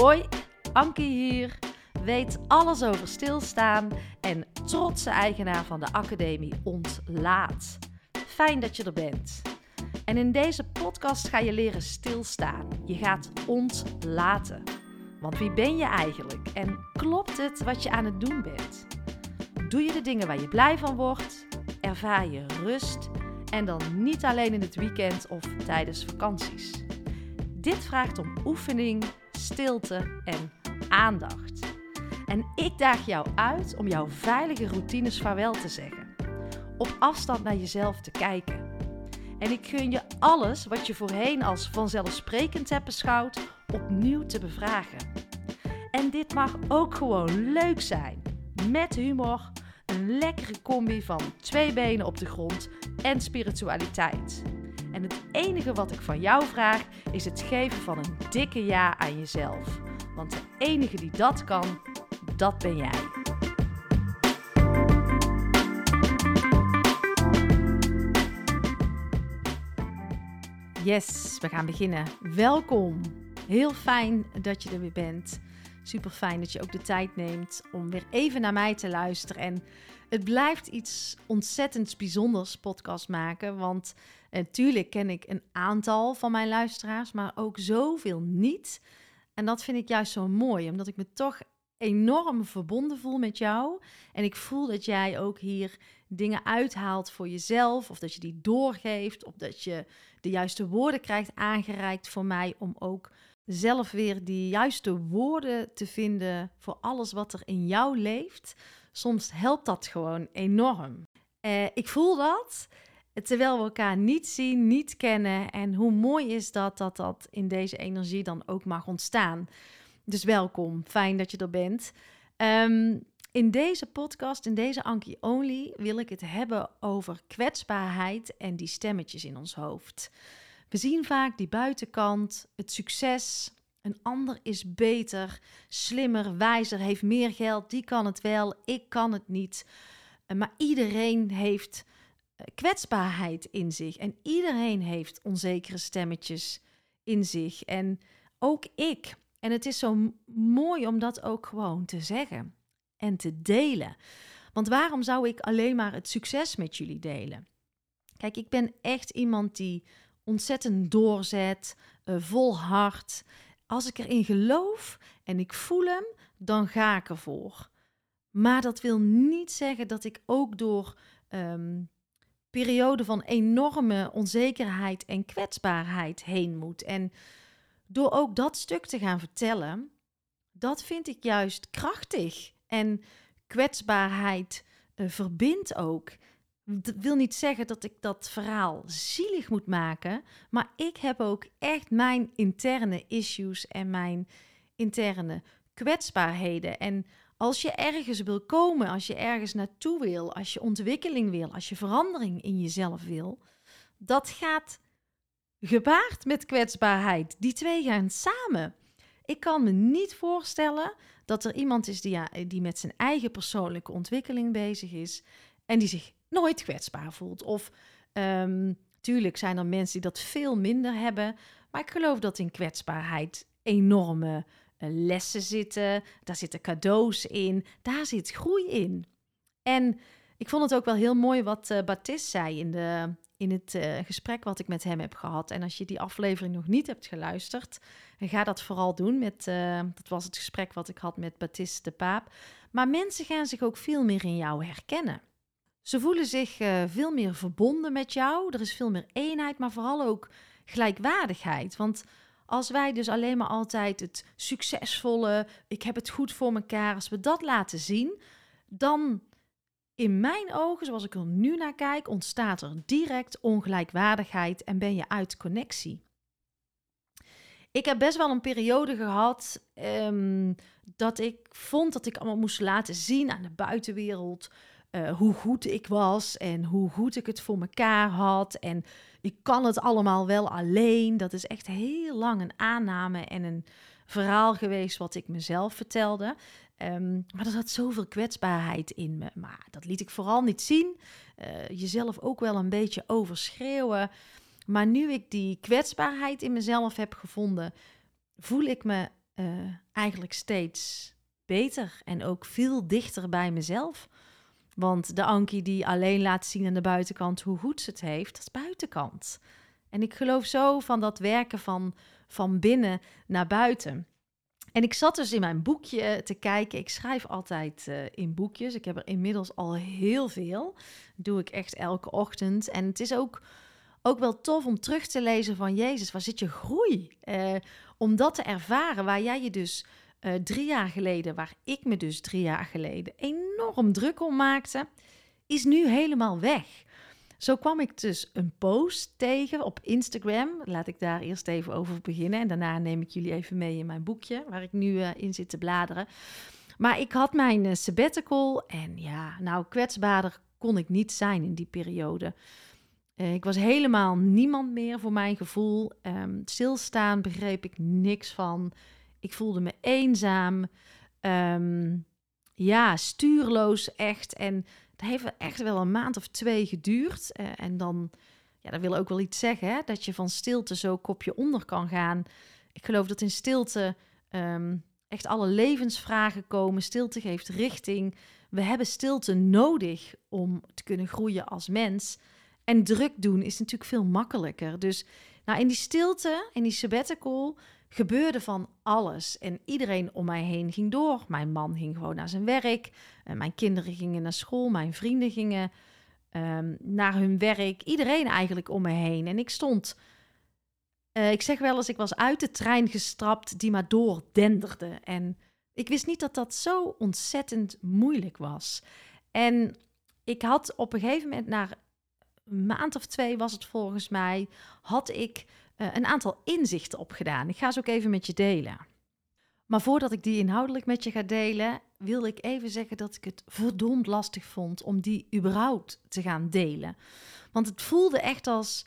Hoi, Anke hier, weet alles over stilstaan en trotse eigenaar van de Academie Ontlaat. Fijn dat je er bent. En in deze podcast ga je leren stilstaan. Je gaat ontlaten. Want wie ben je eigenlijk en klopt het wat je aan het doen bent? Doe je de dingen waar je blij van wordt? Ervaar je rust? En dan niet alleen in het weekend of tijdens vakanties. Dit vraagt om oefening, stilte en aandacht. En ik daag jou uit om jouw veilige routines vaarwel te zeggen. Op afstand naar jezelf te kijken. En ik gun je alles wat je voorheen als vanzelfsprekend hebt beschouwd, opnieuw te bevragen. En dit mag ook gewoon leuk zijn. Met humor, een lekkere combi van 2 benen op de grond en spiritualiteit. En het enige wat ik van jou vraag is het geven van een dikke ja aan jezelf. Want de enige die dat kan, dat ben jij. Yes, we gaan beginnen. Welkom. Heel fijn dat je er weer bent. Super fijn dat je ook de tijd neemt om weer even naar mij te luisteren. En het blijft iets ontzettend bijzonders podcast maken. Want natuurlijk ken ik een aantal van mijn luisteraars, maar ook zoveel niet. En dat vind ik juist zo mooi, omdat ik me toch enorm verbonden voel met jou. En ik voel dat jij ook hier dingen uithaalt voor jezelf, of dat je die doorgeeft, of dat je de juiste woorden krijgt aangereikt voor mij om ook zelf weer die juiste woorden te vinden voor alles wat er in jou leeft. Soms helpt dat gewoon enorm. Ik voel dat, terwijl we elkaar niet zien, niet kennen. En hoe mooi is dat in deze energie dan ook mag ontstaan. Dus welkom, fijn dat je er bent. In deze podcast, in deze Ankie Only, wil ik het hebben over kwetsbaarheid en die stemmetjes in ons hoofd. We zien vaak die buitenkant, het succes. Een ander is beter, slimmer, wijzer, heeft meer geld. Die kan het wel, ik kan het niet. Maar iedereen heeft kwetsbaarheid in zich. En iedereen heeft onzekere stemmetjes in zich. En ook ik. En het is zo mooi om dat ook gewoon te zeggen en te delen. Want waarom zou ik alleen maar het succes met jullie delen? Kijk, ik ben echt iemand die ontzettend doorzet, volhardt. Als ik erin geloof en ik voel hem, dan ga ik ervoor. Maar dat wil niet zeggen dat ik ook door perioden van enorme onzekerheid en kwetsbaarheid heen moet. En door ook dat stuk te gaan vertellen, dat vind ik juist krachtig. En kwetsbaarheid verbindt ook. Dat wil niet zeggen dat ik dat verhaal zielig moet maken, maar ik heb ook echt mijn interne issues en mijn interne kwetsbaarheden. En als je ergens wil komen, als je ergens naartoe wil, als je ontwikkeling wil, als je verandering in jezelf wil, dat gaat gepaard met kwetsbaarheid. Die twee gaan samen. Ik kan me niet voorstellen dat er iemand is die met zijn eigen persoonlijke ontwikkeling bezig is en die zich nooit kwetsbaar voelt. Of tuurlijk zijn er mensen die dat veel minder hebben, maar ik geloof dat in kwetsbaarheid enorme lessen zitten. Daar zitten cadeaus in, daar zit groei in. En ik vond het ook wel heel mooi wat Baptiste zei in het gesprek wat ik met hem heb gehad. En als je die aflevering nog niet hebt geluisterd, ga dat vooral doen. Dat was het gesprek wat ik had met Baptiste de Paap. Maar mensen gaan zich ook veel meer in jou herkennen. Ze voelen zich veel meer verbonden met jou. Er is veel meer eenheid, maar vooral ook gelijkwaardigheid. Want als wij dus alleen maar altijd het succesvolle, ik heb het goed voor elkaar, als we dat laten zien, dan in mijn ogen, zoals ik er nu naar kijk, ontstaat er direct ongelijkwaardigheid en ben je uit connectie. Ik heb best wel een periode gehad dat ik vond dat ik allemaal moest laten zien aan de buitenwereld hoe goed ik was en hoe goed ik het voor mekaar had. En ik kan het allemaal wel alleen. Dat is echt heel lang een aanname en een verhaal geweest wat ik mezelf vertelde. Maar er zat zoveel kwetsbaarheid in me. Maar dat liet ik vooral niet zien. Jezelf ook wel een beetje overschreeuwen. Maar nu ik die kwetsbaarheid in mezelf heb gevonden, voel ik me eigenlijk steeds beter en ook veel dichter bij mezelf. Want de Ankie die alleen laat zien aan de buitenkant hoe goed ze het heeft, dat is buitenkant. En ik geloof zo van dat werken van binnen naar buiten. En ik zat dus in mijn boekje te kijken. Ik schrijf altijd in boekjes. Ik heb er inmiddels al heel veel. Dat doe ik echt elke ochtend. En het is ook wel tof om terug te lezen van Jezus, waar zit je groei? Om dat te ervaren waar jij je dus 3 jaar geleden, waar ik me dus 3 jaar geleden enorm druk om maakte, is nu helemaal weg. Zo kwam ik dus een post tegen op Instagram. Laat ik daar eerst even over beginnen. En daarna neem ik jullie even mee in mijn boekje, waar ik nu in zit te bladeren. Maar ik had mijn sabbatical en ja, nou kwetsbaarder kon ik niet zijn in die periode. Ik was helemaal niemand meer voor mijn gevoel. Stilstaan begreep ik niks van. Ik voelde me eenzaam. Stuurloos echt. En het heeft echt wel een maand of 2 geduurd. En dan, ja, dat wil ook wel iets zeggen, hè? Dat je van stilte zo kopje onder kan gaan. Ik geloof dat in stilte echt alle levensvragen komen. Stilte geeft richting. We hebben stilte nodig om te kunnen groeien als mens. En druk doen is natuurlijk veel makkelijker. Dus nou, in die stilte, in die sabbatical, gebeurde van alles. En iedereen om mij heen ging door. Mijn man ging gewoon naar zijn werk. Mijn kinderen gingen naar school. Mijn vrienden gingen naar hun werk. Iedereen eigenlijk om me heen. En ik stond... ik zeg wel eens, ik was uit de trein gestrapt die maar doordenderde. En ik wist niet dat dat zo ontzettend moeilijk was. En ik had op een gegeven moment, na een maand of 2 was het volgens mij, had ik een aantal inzichten opgedaan. Ik ga ze ook even met je delen. Maar voordat ik die inhoudelijk met je ga delen, wil ik even zeggen dat ik het verdomd lastig vond om die überhaupt te gaan delen. Want het voelde echt als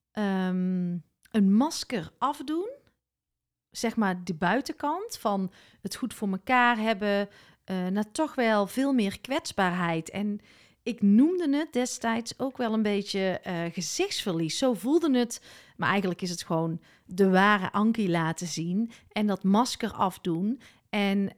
een masker afdoen. Zeg maar de buitenkant van het goed voor elkaar hebben, naar toch wel veel meer kwetsbaarheid. En ik noemde het destijds ook wel een beetje gezichtsverlies. Zo voelde het, maar eigenlijk is het gewoon de ware Ankie laten zien en dat masker afdoen. En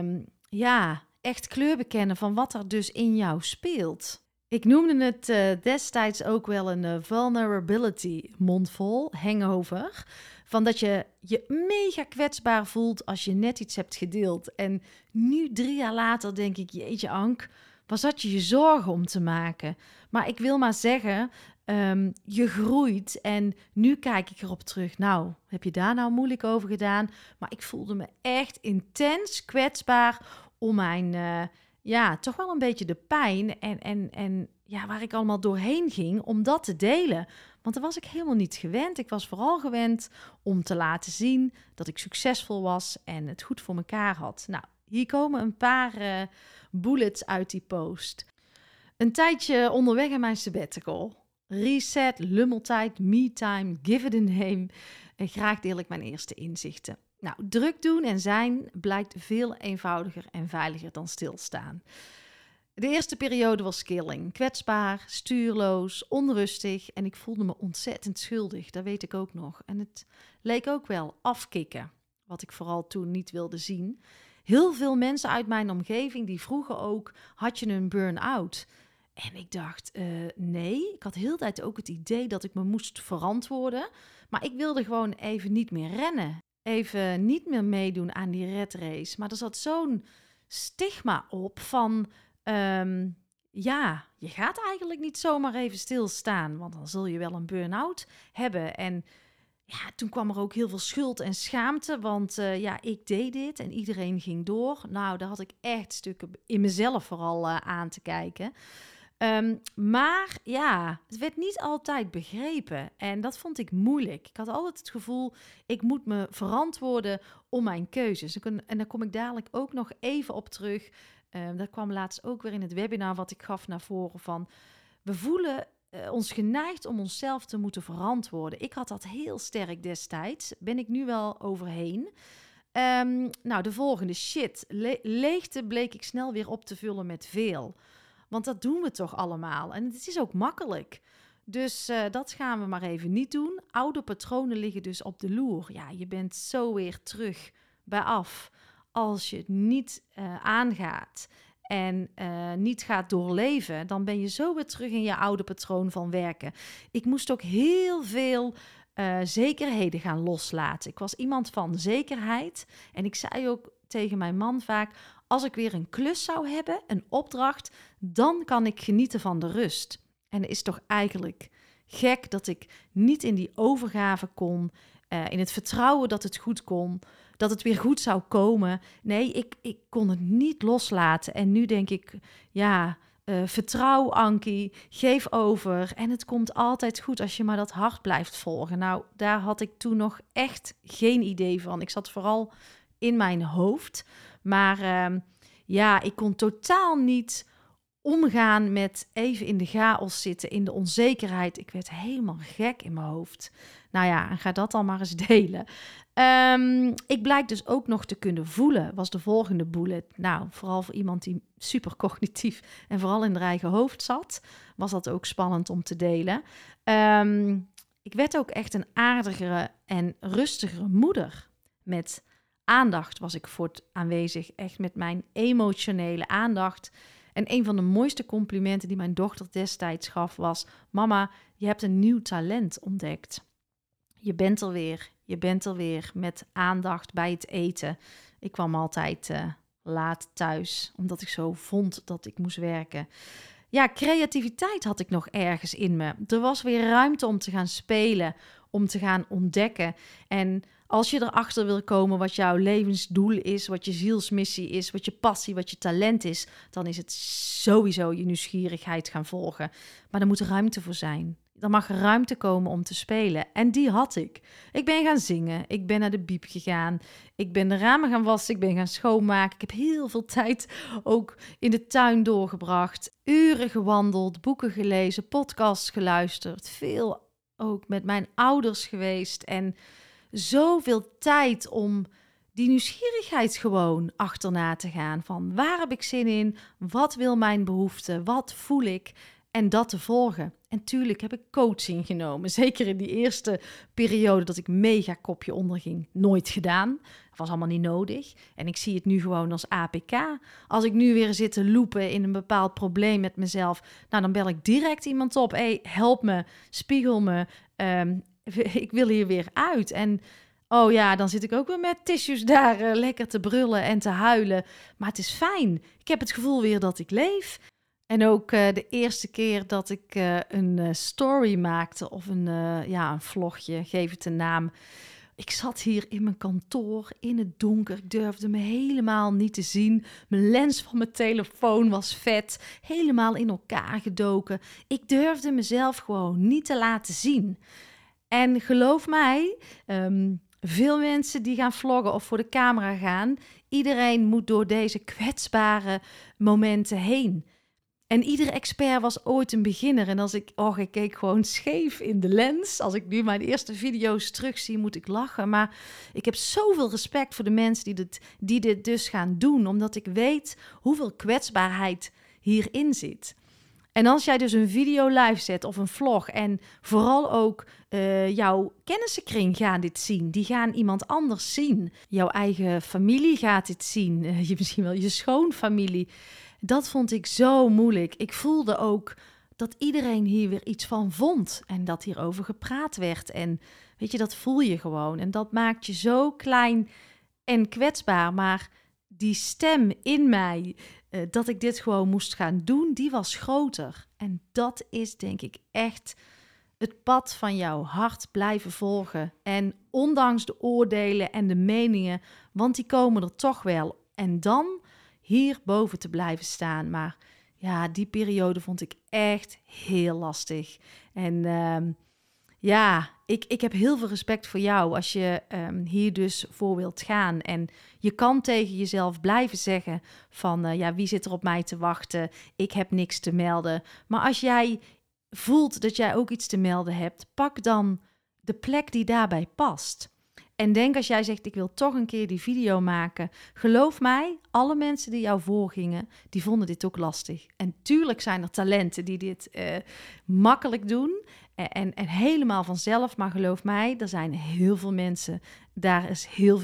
echt kleur bekennen van wat er dus in jou speelt. Ik noemde het destijds ook wel een vulnerability mondvol, hangover. Van dat je je mega kwetsbaar voelt als je net iets hebt gedeeld. En nu 3 jaar later denk ik, jeetje Ank, waar zat je zorgen om te maken? Maar ik wil maar zeggen, je groeit en nu kijk ik erop terug. Nou, heb je daar nou moeilijk over gedaan? Maar ik voelde me echt intens kwetsbaar om mijn... toch wel een beetje de pijn en waar ik allemaal doorheen ging om dat te delen. Want dat was ik helemaal niet gewend. Ik was vooral gewend om te laten zien dat ik succesvol was en het goed voor mekaar had. Nou, hier komen een paar bullets uit die post. Een tijdje onderweg in mijn sabbatical. Reset, lummeltijd, me-time, give it a name. En graag deel ik mijn eerste inzichten. Nou, druk doen en zijn blijkt veel eenvoudiger en veiliger dan stilstaan. De eerste periode was killing. Kwetsbaar, stuurloos, onrustig en ik voelde me ontzettend schuldig. Dat weet ik ook nog. En het leek ook wel afkicken, wat ik vooral toen niet wilde zien. Heel veel mensen uit mijn omgeving die vroegen ook, had je een burn-out? En ik dacht, nee. Ik had heel de tijd ook het idee dat ik me moest verantwoorden. Maar ik wilde gewoon even niet meer rennen. Even niet meer meedoen aan die red race. Maar er zat zo'n stigma op van... je gaat eigenlijk niet zomaar even stilstaan. Want dan zul je wel een burn-out hebben. En ja, toen kwam er ook heel veel schuld en schaamte. Want ik deed dit en iedereen ging door. Nou, daar had ik echt stukken in mezelf vooral aan te kijken. Maar ja, het werd niet altijd begrepen en dat vond ik moeilijk. Ik had altijd het gevoel, ik moet me verantwoorden om mijn keuzes. En daar kom ik dadelijk ook nog even op terug. Dat kwam laatst ook weer in het webinar wat ik gaf naar voren van... We voelen ons geneigd om onszelf te moeten verantwoorden. Ik had dat heel sterk destijds, ben ik nu wel overheen. De volgende shit. Leegte bleek ik snel weer op te vullen met veel... Want dat doen we toch allemaal. En het is ook makkelijk. Dus dat gaan we maar even niet doen. Oude patronen liggen dus op de loer. Ja, je bent zo weer terug bij af als je het niet aangaat en niet gaat doorleven, dan ben je zo weer terug in je oude patroon van werken. Ik moest ook heel veel zekerheden gaan loslaten. Ik was iemand van zekerheid en ik zei ook tegen mijn man vaak, als ik weer een klus zou hebben, een opdracht, dan kan ik genieten van de rust. En het is toch eigenlijk gek dat ik niet in die overgave kon, in het vertrouwen dat het goed kon, dat het weer goed zou komen. Nee, ik kon het niet loslaten. En nu denk ik, vertrouw Ankie, geef over. En het komt altijd goed als je maar dat hart blijft volgen. Nou, daar had ik toen nog echt geen idee van. Ik zat vooral in mijn hoofd. Maar ik kon totaal niet omgaan met even in de chaos zitten, in de onzekerheid. Ik werd helemaal gek in mijn hoofd. Nou ja, en ga dat dan maar eens delen. Ik blijk dus ook nog te kunnen voelen, was de volgende bullet. Nou, vooral voor iemand die super cognitief en vooral in haar eigen hoofd zat, was dat ook spannend om te delen. Ik werd ook echt een aardigere en rustigere moeder. Met aandacht was ik aanwezig, echt met mijn emotionele aandacht. En een van de mooiste complimenten die mijn dochter destijds gaf was: mama, je hebt een nieuw talent ontdekt. Je bent er weer met aandacht bij het eten. Ik kwam altijd laat thuis, omdat ik zo vond dat ik moest werken. Ja, creativiteit had ik nog ergens in me. Er was weer ruimte om te gaan spelen, om te gaan ontdekken. En als je erachter wil komen wat jouw levensdoel is, wat je zielsmissie is, wat je passie, wat je talent is, dan is het sowieso je nieuwsgierigheid gaan volgen. Maar er moet ruimte voor zijn. Er mag ruimte komen om te spelen. En die had ik. Ik ben gaan zingen. Ik ben naar de biep gegaan. Ik ben de ramen gaan wassen. Ik ben gaan schoonmaken. Ik heb heel veel tijd ook in de tuin doorgebracht. Uren gewandeld, boeken gelezen, podcasts geluisterd. Veel ook met mijn ouders geweest. En zoveel tijd om die nieuwsgierigheid gewoon achterna te gaan. Van waar heb ik zin in? Wat wil mijn behoefte? Wat voel ik? En dat te volgen. En tuurlijk heb ik coaching genomen. Zeker in die eerste periode dat ik mega kopje onderging. Nooit gedaan. Dat was allemaal niet nodig. En ik zie het nu gewoon als APK. Als ik nu weer zit te loepen in een bepaald probleem met mezelf, nou, dan bel ik direct iemand op. Hey, help me, spiegel me. Ik wil hier weer uit. En oh ja, dan zit ik ook weer met tissues daar lekker te brullen en te huilen. Maar het is fijn. Ik heb het gevoel weer dat ik leef. En ook de eerste keer dat ik een story maakte of een vlogje, geef het een naam. Ik zat hier in mijn kantoor in het donker. Ik durfde me helemaal niet te zien. Mijn lens van mijn telefoon was vet, helemaal in elkaar gedoken. Ik durfde mezelf gewoon niet te laten zien. En geloof mij, veel mensen die gaan vloggen of voor de camera gaan, iedereen moet door deze kwetsbare momenten heen. En iedere expert was ooit een beginner. En als ik keek gewoon scheef in de lens. Als ik nu mijn eerste video's terugzie, moet ik lachen. Maar ik heb zoveel respect voor de mensen die dit dus gaan doen. Omdat ik weet hoeveel kwetsbaarheid hierin zit. En als jij dus een video live zet of een vlog en vooral ook jouw kennissenkring gaan dit zien. Die gaan iemand anders zien. Jouw eigen familie gaat dit zien. Misschien wel je schoonfamilie. Dat vond ik zo moeilijk. Ik voelde ook dat iedereen hier weer iets van vond. En dat hierover gepraat werd. En weet je, dat voel je gewoon. En dat maakt je zo klein en kwetsbaar. Maar die stem in mij, dat ik dit gewoon moest gaan doen, die was groter. En dat is denk ik echt het pad van jouw hart blijven volgen. En ondanks de oordelen en de meningen, want die komen er toch wel. En dan hier boven te blijven staan. Maar ja, die periode vond ik echt heel lastig. En ik heb heel veel respect voor jou als je hier dus voor wilt gaan. En je kan tegen jezelf blijven zeggen van wie zit er op mij te wachten? Ik heb niks te melden. Maar als jij voelt dat jij ook iets te melden hebt, pak dan de plek die daarbij past. En denk als jij zegt, ik wil toch een keer die video maken. Geloof mij, alle mensen die jou voorgingen, die vonden dit ook lastig. En tuurlijk zijn er talenten die dit makkelijk doen. En helemaal vanzelf. Maar geloof mij, er zijn heel veel mensen. Daar is heel veel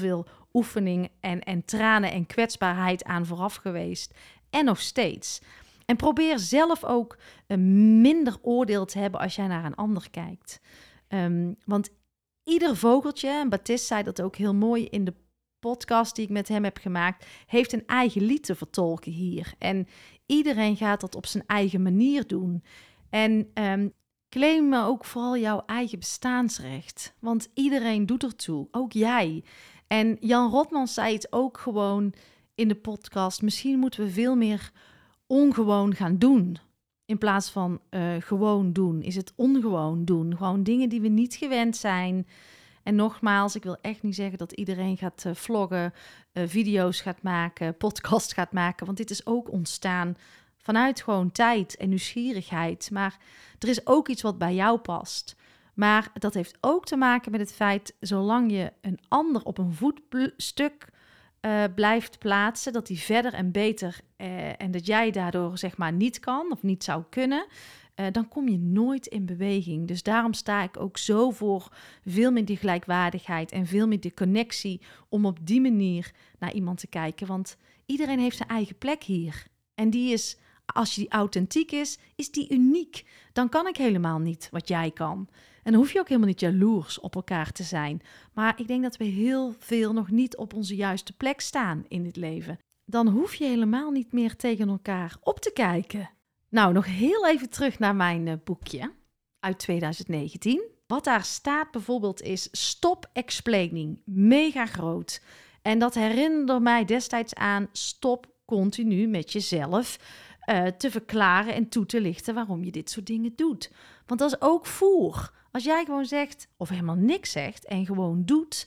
oefening en tranen en kwetsbaarheid aan vooraf geweest. En nog steeds. En probeer zelf ook minder oordeel te hebben als jij naar een ander kijkt. Want ieder vogeltje, en Baptiste zei dat ook heel mooi in de podcast die ik met hem heb gemaakt, heeft een eigen lied te vertolken hier. En iedereen gaat dat op zijn eigen manier doen. En claim ook vooral jouw eigen bestaansrecht. Want iedereen doet ertoe, ook jij. En Jan Rotmans zei het ook gewoon in de podcast. Misschien moeten we veel meer ongewoon gaan doen. In plaats van gewoon doen, is het ongewoon doen. Gewoon dingen die we niet gewend zijn. En nogmaals, ik wil echt niet zeggen dat iedereen gaat vloggen, video's gaat maken, podcast gaat maken. Want dit is ook ontstaan vanuit gewoon tijd en nieuwsgierigheid. Maar er is ook iets wat bij jou past. Maar dat heeft ook te maken met het feit, zolang je een ander op een voetstuk blijft plaatsen, dat die verder en beter en dat jij daardoor zeg maar niet kan of niet zou kunnen, dan kom je nooit in beweging. Dus daarom sta ik ook zo voor veel meer die gelijkwaardigheid en veel meer de connectie om op die manier naar iemand te kijken. Want iedereen heeft zijn eigen plek hier. En die is, als die authentiek is die uniek. Dan kan ik helemaal niet wat jij kan. En dan hoef je ook helemaal niet jaloers op elkaar te zijn. Maar ik denk dat we heel veel nog niet op onze juiste plek staan in dit leven. Dan hoef je helemaal niet meer tegen elkaar op te kijken. Nou, nog heel even terug naar mijn boekje uit 2019. Wat daar staat bijvoorbeeld is Stop Explaining. Mega groot. En dat herinnerde mij destijds aan stop continu met jezelf te verklaren en toe te lichten waarom je dit soort dingen doet. Want dat is ook voer. Als jij gewoon zegt, of helemaal niks zegt en gewoon doet,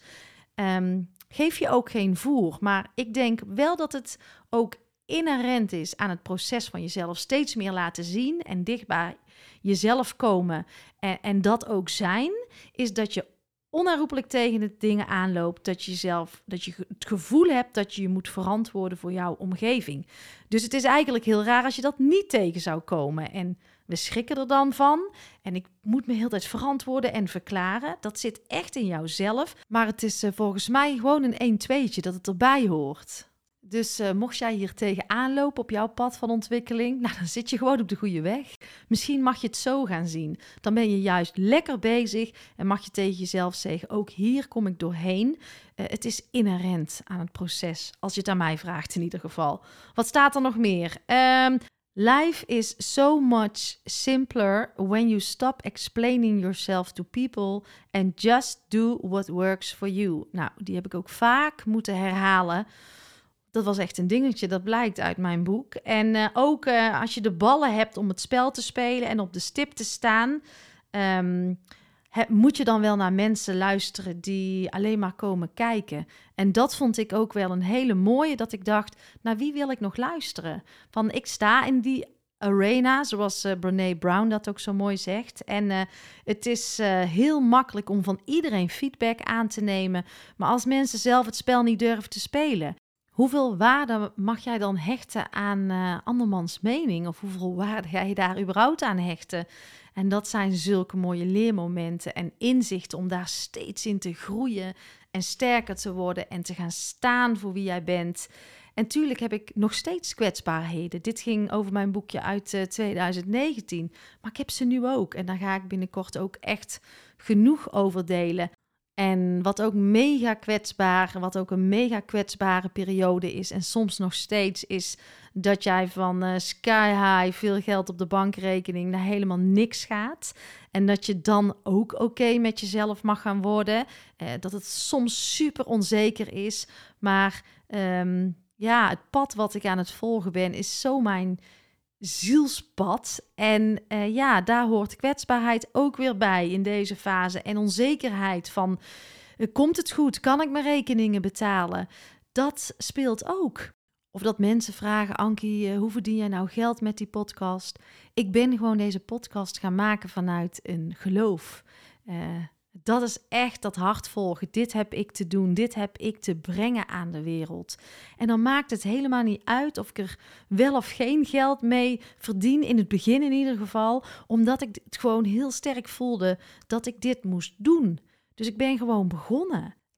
geef je ook geen voer. Maar ik denk wel dat het ook inherent is aan het proces van jezelf steeds meer laten zien en dicht bij jezelf komen en dat ook zijn, is dat je onherroepelijk tegen de dingen aanloopt, dat je het gevoel hebt dat je je moet verantwoorden voor jouw omgeving. Dus het is eigenlijk heel raar als je dat niet tegen zou komen. En we schrikken er dan van. En ik moet me heel tijd verantwoorden en verklaren. Dat zit echt in jouzelf. Maar het is volgens mij gewoon een 1-2'tje dat het erbij hoort. Dus mocht jij hier tegenaan lopen op jouw pad van ontwikkeling, nou, dan zit je gewoon op de goede weg. Misschien mag je het zo gaan zien. Dan ben je juist lekker bezig en mag je tegen jezelf zeggen, ook hier kom ik doorheen. Het is inherent aan het proces, als je het aan mij vraagt in ieder geval. Wat staat er nog meer? Life is so much simpler when you stop explaining yourself to people and just do what works for you. Nou, die heb ik ook vaak moeten herhalen. Dat was echt een dingetje, dat blijkt uit mijn boek. En ook als je de ballen hebt om het spel te spelen en op de stip te staan, moet je dan wel naar mensen luisteren die alleen maar komen kijken. En dat vond ik ook wel een hele mooie, dat ik dacht, naar wie wil ik nog luisteren? Van ik sta in die arena, zoals Brené Brown dat ook zo mooi zegt. En het is heel makkelijk om van iedereen feedback aan te nemen. Maar als mensen zelf het spel niet durven te spelen, hoeveel waarde mag jij dan hechten aan andermans mening? Of hoeveel waarde ga je daar überhaupt aan hechten? En dat zijn zulke mooie leermomenten en inzichten om daar steeds in te groeien en sterker te worden en te gaan staan voor wie jij bent. En tuurlijk heb ik nog steeds kwetsbaarheden. Dit ging over mijn boekje uit 2019, maar ik heb ze nu ook. En daar ga ik binnenkort ook echt genoeg over delen. En wat ook een mega kwetsbare periode is, en soms nog steeds, is dat jij van sky high veel geld op de bankrekening naar helemaal niks gaat. En dat je dan ook oké met jezelf mag gaan worden. Dat het soms super onzeker is. Maar het pad wat ik aan het volgen ben, is zo mijn zielspad. En daar hoort kwetsbaarheid ook weer bij in deze fase. En onzekerheid van, komt het goed? Kan ik mijn rekeningen betalen? Dat speelt ook. Of dat mensen vragen, Ankie, hoe verdien jij nou geld met die podcast? Ik ben gewoon deze podcast gaan maken vanuit een geloof. Dat is echt dat hart volgen. Dit heb ik te doen. Dit heb ik te brengen aan de wereld. En dan maakt het helemaal niet uit of ik er wel of geen geld mee verdien. In het begin in ieder geval. Omdat ik het gewoon heel sterk voelde dat ik dit moest doen. Dus ik ben gewoon begonnen.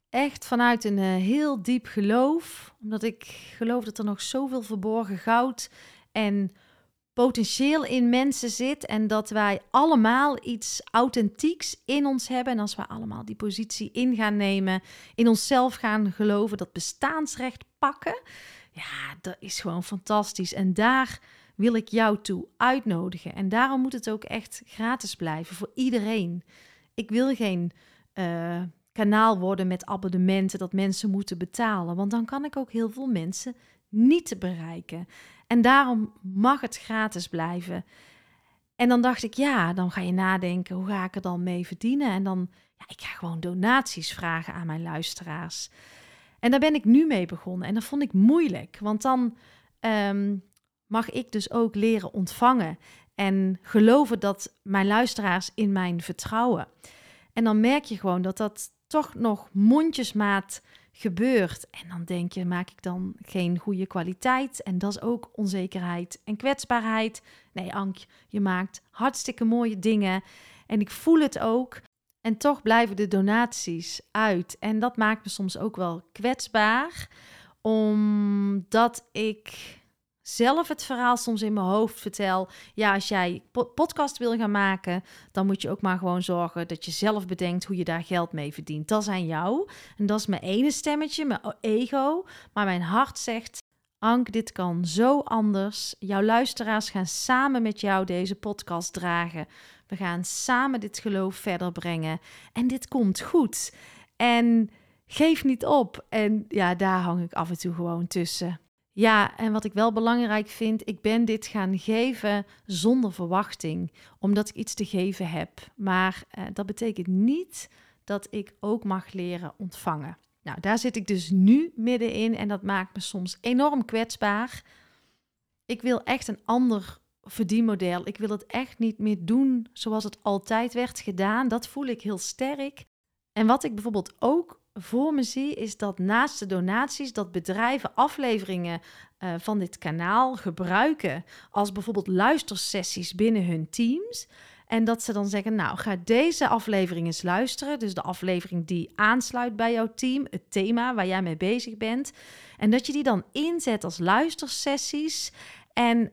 echt vanuit een heel diep geloof. Omdat ik geloof dat er nog zoveel verborgen goud en potentieel in mensen zit. En dat wij allemaal iets authentieks in ons hebben. En als we allemaal die positie in gaan nemen, in onszelf gaan geloven, dat bestaansrecht pakken. Ja, dat is gewoon fantastisch. En daar wil ik jou toe uitnodigen. En daarom moet het ook echt gratis blijven voor iedereen. Ik wil geen kanaal worden met abonnementen dat mensen moeten betalen. Want dan kan ik ook heel veel mensen niet bereiken. En daarom mag het gratis blijven. En dan dacht ik, ja, dan ga je nadenken, hoe ga ik er dan mee verdienen? En dan, ja, ik ga gewoon donaties vragen aan mijn luisteraars. En daar ben ik nu mee begonnen. En dat vond ik moeilijk, want dan mag ik dus ook leren ontvangen en geloven dat mijn luisteraars in mijn vertrouwen. En dan merk je gewoon dat dat toch nog mondjesmaat gebeurt. En dan denk je, maak ik dan geen goede kwaliteit? En dat is ook onzekerheid en kwetsbaarheid. Nee, Ank, je maakt hartstikke mooie dingen. En ik voel het ook. En toch blijven de donaties uit. En dat maakt me soms ook wel kwetsbaar. Omdat ik zelf het verhaal soms in mijn hoofd vertel. Ja, als jij podcast wil gaan maken, dan moet je ook maar gewoon zorgen dat je zelf bedenkt hoe je daar geld mee verdient. Dat is aan jou. En dat is mijn ene stemmetje, mijn ego. Maar mijn hart zegt, Ank, dit kan zo anders. Jouw luisteraars gaan samen met jou deze podcast dragen. We gaan samen dit geloof verder brengen. En dit komt goed. En geef niet op. En ja, daar hang ik af en toe gewoon tussen. Ja, en wat ik wel belangrijk vind, ik ben dit gaan geven zonder verwachting, omdat ik iets te geven heb. Maar dat betekent niet dat ik ook mag leren ontvangen. Nou, daar zit ik dus nu middenin en dat maakt me soms enorm kwetsbaar. Ik wil echt een ander verdienmodel. Ik wil het echt niet meer doen zoals het altijd werd gedaan. Dat voel ik heel sterk. En wat ik bijvoorbeeld ook voor me zie, is dat naast de donaties, dat bedrijven afleveringen van dit kanaal gebruiken als bijvoorbeeld luistersessies binnen hun teams. En dat ze dan zeggen, nou, ga deze aflevering eens luisteren. Dus de aflevering die aansluit bij jouw team, het thema waar jij mee bezig bent. En dat je die dan inzet als luistersessies. En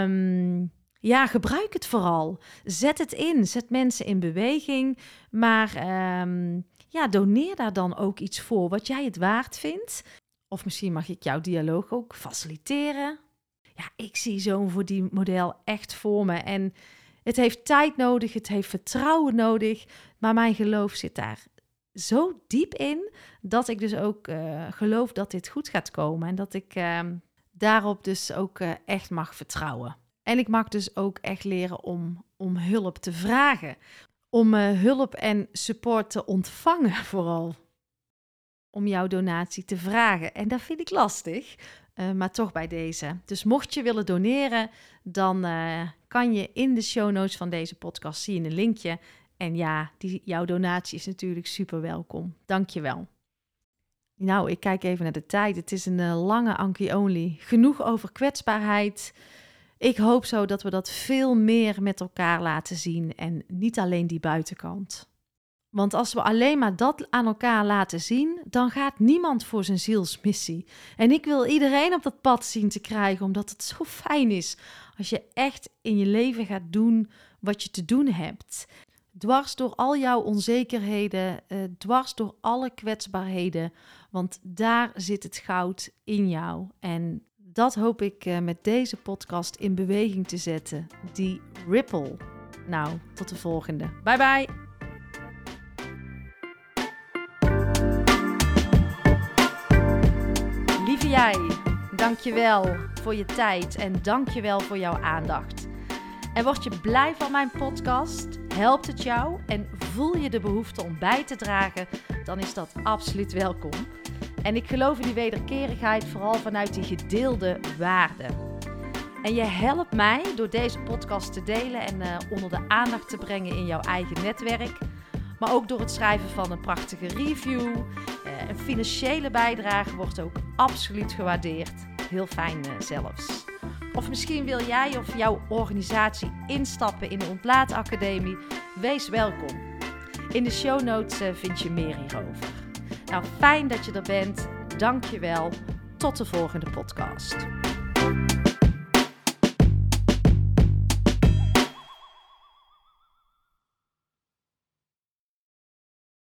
ja, gebruik het vooral. Zet het in. Zet mensen in beweging. Maar ja, doneer daar dan ook iets voor wat jij het waard vindt. Of misschien mag ik jouw dialoog ook faciliteren. Ja, ik zie zo'n verdienmodel echt voor me. En het heeft tijd nodig, het heeft vertrouwen nodig. Maar mijn geloof zit daar zo diep in, dat ik dus ook geloof dat dit goed gaat komen. En dat ik daarop dus ook echt mag vertrouwen. En ik mag dus ook echt leren om hulp te vragen. Om hulp en support te ontvangen vooral. Om jouw donatie te vragen. En dat vind ik lastig, maar toch bij deze. Dus mocht je willen doneren, dan kan je in de show notes van deze podcast zien een linkje. En ja, jouw donatie is natuurlijk super welkom. Dank je wel. Nou, ik kijk even naar de tijd. Het is een lange Ankie Only. Genoeg over kwetsbaarheid. Ik hoop zo dat we dat veel meer met elkaar laten zien en niet alleen die buitenkant. Want als we alleen maar dat aan elkaar laten zien, dan gaat niemand voor zijn zielsmissie. En ik wil iedereen op dat pad zien te krijgen, omdat het zo fijn is als je echt in je leven gaat doen wat je te doen hebt. Dwars door al jouw onzekerheden, dwars door alle kwetsbaarheden, want daar zit het goud in jou. En dat hoop ik met deze podcast in beweging te zetten. Die ripple. Nou, tot de volgende. Bye bye. Lieve jij, dankjewel voor je tijd en dankjewel voor jouw aandacht. En word je blij van mijn podcast? Helpt het jou en voel je de behoefte om bij te dragen? Dan is dat absoluut welkom. En ik geloof in die wederkerigheid vooral vanuit die gedeelde waarden. En je helpt mij door deze podcast te delen en onder de aandacht te brengen in jouw eigen netwerk. Maar ook door het schrijven van een prachtige review. Een financiële bijdrage wordt ook absoluut gewaardeerd. Heel fijn zelfs. Of misschien wil jij of jouw organisatie instappen in de Ontlaatacademie. Wees welkom. In de show notes vind je meer hierover. Nou, fijn dat je er bent. Dank je wel. Tot de volgende podcast.